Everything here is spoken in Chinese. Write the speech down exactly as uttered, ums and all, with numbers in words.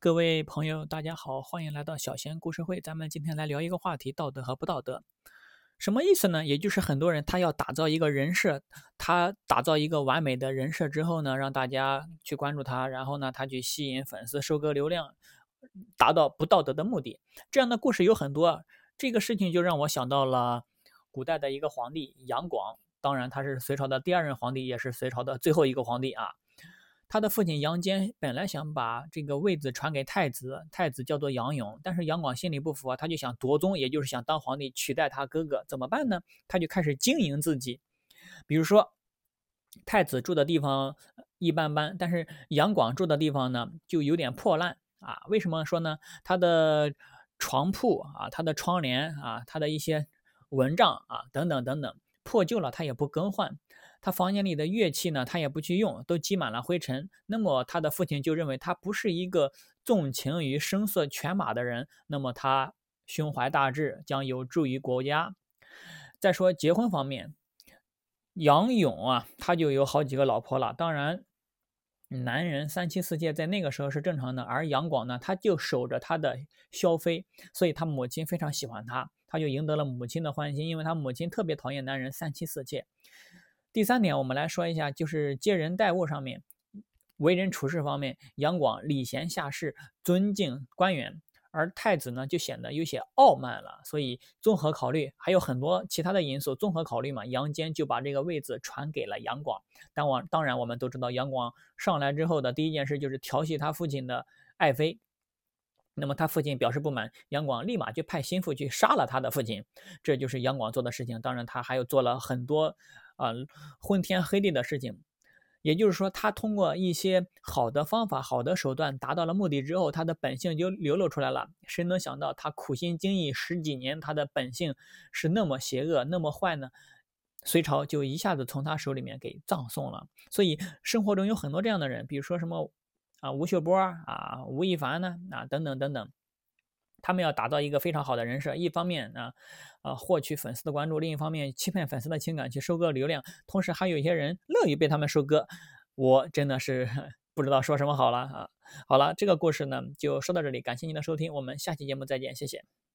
各位朋友，大家好，欢迎来到小贤故事会。咱们今天来聊一个话题：道德和不道德。什么意思呢？也就是很多人他要打造一个人设，他打造一个完美的人设之后呢，让大家去关注他，然后呢，他去吸引粉丝、收割流量，达到不道德的目的。这样的故事有很多。这个事情就让我想到了古代的一个皇帝杨广，当然他是隋朝的第二任皇帝，也是隋朝的最后一个皇帝啊。他的父亲杨坚本来想把这个位子传给太子，太子叫做杨勇，但是杨广心里不服啊，他就想夺宗，也就是想当皇帝取代他哥哥，怎么办呢？他就开始经营自己，比如说太子住的地方一般般，但是杨广住的地方呢就有点破烂啊。为什么说呢？他的床铺啊，他的窗帘啊，他的一些蚊帐啊等等等等破旧了，他也不更换。他房间里的乐器呢，他也不去用，都积满了灰尘。那么他的父亲就认为他不是一个纵情于声色犬马的人，那么他胸怀大志，将有助于国家。再说结婚方面，杨勇啊，他就有好几个老婆了。当然，男人三妻四妾在那个时候是正常的，而杨广呢，他就守着他的萧妃，所以他母亲非常喜欢他，他就赢得了母亲的欢心，因为他母亲特别讨厌男人三妻四妾。第三点，我们来说一下，就是接人待物上面，为人处事方面，杨广礼贤下士，尊敬官员，而太子呢就显得有些傲慢了。所以综合考虑，还有很多其他的因素，综合考虑嘛，杨坚就把这个位子传给了杨广。但我当然我们都知道，杨广上来之后的第一件事就是调戏他父亲的爱妃。那么他父亲表示不满，杨广立马就派心腹去杀了他的父亲，这就是杨广做的事情。当然，他还有做了很多啊、呃、昏天黑地的事情。也就是说，他通过一些好的方法、好的手段达到了目的之后，他的本性就流露出来了。谁能想到他苦心经营十几年，他的本性是那么邪恶、那么坏呢？隋朝就一下子从他手里面给葬送了。所以生活中有很多这样的人，比如说什么啊吴秀波啊、吴亦凡呢啊等等等等。他们要打造一个非常好的人设，一方面呢，呃，获取粉丝的关注，另一方面欺骗粉丝的情感去收割流量，同时还有一些人乐于被他们收割，我真的是不知道说什么好了啊。好了，这个故事呢就说到这里，感谢您的收听，我们下期节目再见，谢谢。